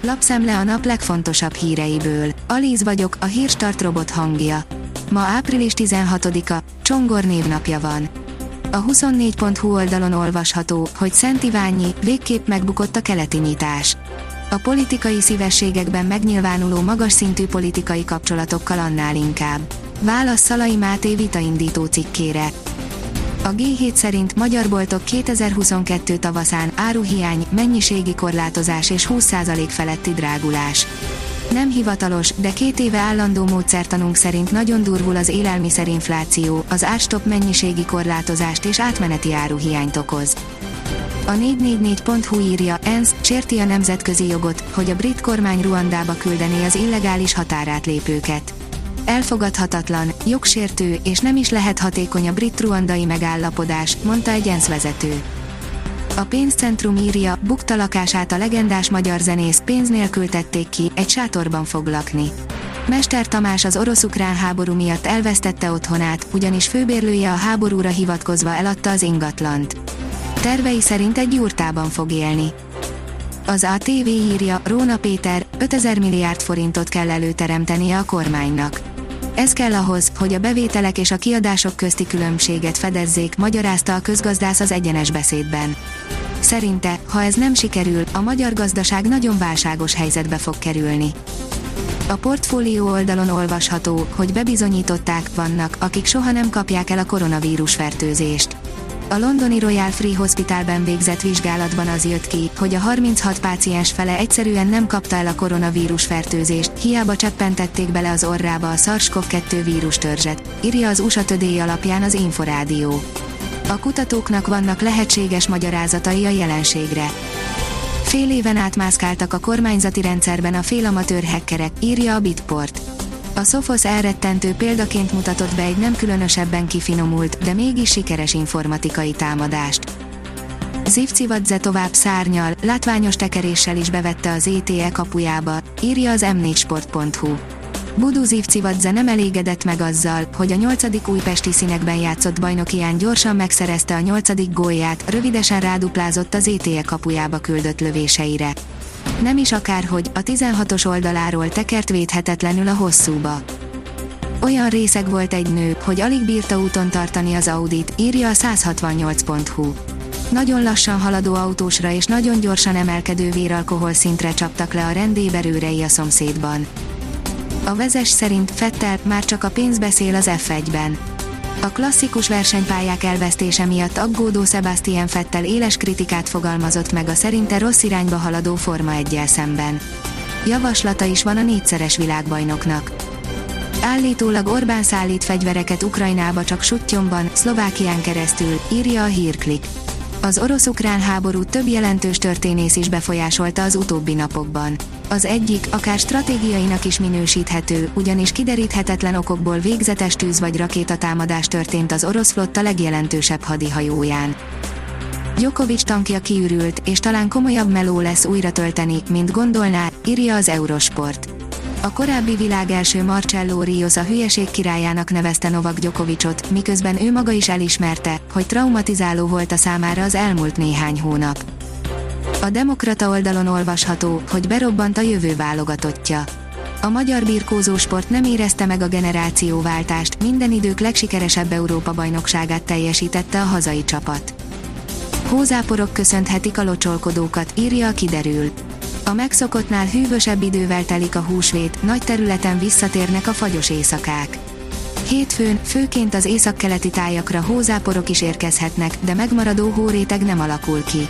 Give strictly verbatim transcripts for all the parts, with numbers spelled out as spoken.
Lapszemle a nap legfontosabb híreiből. Alíz vagyok, a Hírstart robot hangja. Ma április tizenhatodika, Csongor névnapja van. A huszonnégy pont hu oldalon olvasható, hogy Szent Iványi, végképp megbukott a keleti nyitás. A politikai szívességekben megnyilvánuló magas szintű politikai kapcsolatokkal annál inkább. Válasz Szalai Máté vitaindító cikkére. A gé hét szerint magyar boltok kétezer-huszonkettő tavaszán áruhiány, mennyiségi korlátozás és húsz százalék feletti drágulás. Nem hivatalos, de két éve állandó módszertanunk szerint nagyon durvul az élelmiszerinfláció, az árstop mennyiségi korlátozást és átmeneti áruhiányt okoz. A négy négy négy pont hu írja, ENSZ sérti a nemzetközi jogot, hogy a brit kormány Ruandába küldené az illegális határátlépőket. Elfogadhatatlan, jogsértő és nem is lehet hatékony a brit-ruandai megállapodás, mondta egy ENSZ vezető. A pénzcentrum írja, bukta lakását a legendás magyar zenész pénz nélkül tették ki, egy sátorban fog lakni. Mester Tamás az orosz-ukrán háború miatt elvesztette otthonát, ugyanis főbérlője a háborúra hivatkozva eladta az ingatlant. Tervei szerint egy jurtában fog élni. Az á té vé írja, Róna Péter, ötezer milliárd forintot kell előteremtenie a kormánynak. Ez kell ahhoz, hogy a bevételek és a kiadások közti különbséget fedezzék, magyarázta a közgazdász az Egyenes Beszédben. Szerinte, ha ez nem sikerül, a magyar gazdaság nagyon válságos helyzetbe fog kerülni. A portfólió oldalon olvasható, hogy bebizonyították, vannak, akik soha nem kapják el a koronavírus fertőzést. A londoni Royal Free Hospitalben végzett vizsgálatban az jött ki, hogy a harminchat páciens fele egyszerűen nem kapta el a koronavírus fertőzést, hiába cseppentették bele az orrába a SARS-kov kettő vírustörzset, írja az u es á Today alapján az Inforádió. A kutatóknak vannak lehetséges magyarázatai a jelenségre. Fél éven át mászkáltak a kormányzati rendszerben a félamatőr hackerek, írja a Bitport. A Sophos elrettentő példaként mutatott be egy nem különösebben kifinomult, de mégis sikeres informatikai támadást. Zivcivadze tovább szárnyal, látványos tekeréssel is bevette az é té e kapujába, írja az em négy sport pont hu. Budu Zivcivadze nem elégedett meg azzal, hogy a nyolcadik újpesti színekben játszott bajnokián gyorsan megszerezte a nyolcadik gólját, rövidesen ráduplázott az é té e kapujába küldött lövéseire. Nem is akárhogy, a tizenhatos oldaláról tekert védhetetlenül a hosszúba. Olyan részeg volt egy nő, hogy alig bírta úton tartani az Audit, írja a száz hatvannyolc pont hu. Nagyon lassan haladó autósra és nagyon gyorsan emelkedő véralkohol szintre csaptak le a rendéberőrei a szomszédban. A Vezes szerint Vettel már csak a pénz beszél az ef egyben. A klasszikus versenypályák elvesztése miatt aggódó Sebastian Vettel éles kritikát fogalmazott meg a szerinte rossz irányba haladó Forma egyel szemben. Javaslata is van a négyszeres világbajnoknak. Állítólag Orbán szállít fegyvereket Ukrajnába csak Suttyomban, Szlovákián keresztül, írja a Hírklik. Az orosz-ukrán háború több jelentős történész is befolyásolta az utóbbi napokban. Az egyik, akár stratégiainak is minősíthető, ugyanis kideríthetetlen okokból végzetes tűz- vagy rakétatámadás történt az orosz flotta legjelentősebb hadihajóján. Djokovic tankja kiürült, és talán komolyabb meló lesz újra tölteni, mint gondolná, írja az Eurosport. A korábbi világ első Marcello Rios a hülyeség királyának nevezte Novak Djokovicot, miközben ő maga is elismerte, hogy traumatizáló volt a számára az elmúlt néhány hónap. A Demokrata oldalon olvasható, hogy berobbant a jövő válogatottja. A magyar birkózósport nem érezte meg a generációváltást, minden idők legsikeresebb Európa-bajnokságát teljesítette a hazai csapat. Hózáporok köszönthetik a locsolkodókat, írja a Kiderül. A megszokottnál hűvösebb idővel telik a húsvét, nagy területen visszatérnek a fagyos éjszakák. Hétfőn, főként az északkeleti tájakra hózáporok is érkezhetnek, de megmaradó hóréteg nem alakul ki.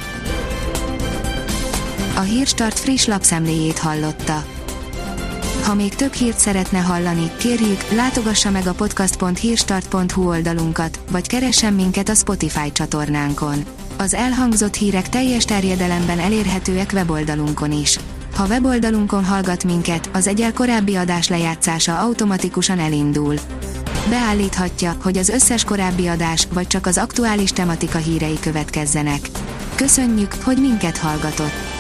A Hírstart friss lapszemléjét hallotta. Ha még több hírt szeretne hallani, kérjük, látogassa meg a podcast pont hírstart pont hu oldalunkat, vagy keressen minket a Spotify csatornánkon. Az elhangzott hírek teljes terjedelemben elérhetőek weboldalunkon is. Ha weboldalunkon hallgat minket, az egyel korábbi adás lejátszása automatikusan elindul. Beállíthatja, hogy az összes korábbi adás, vagy csak az aktuális tematika hírei következzenek. Köszönjük, hogy minket hallgatott!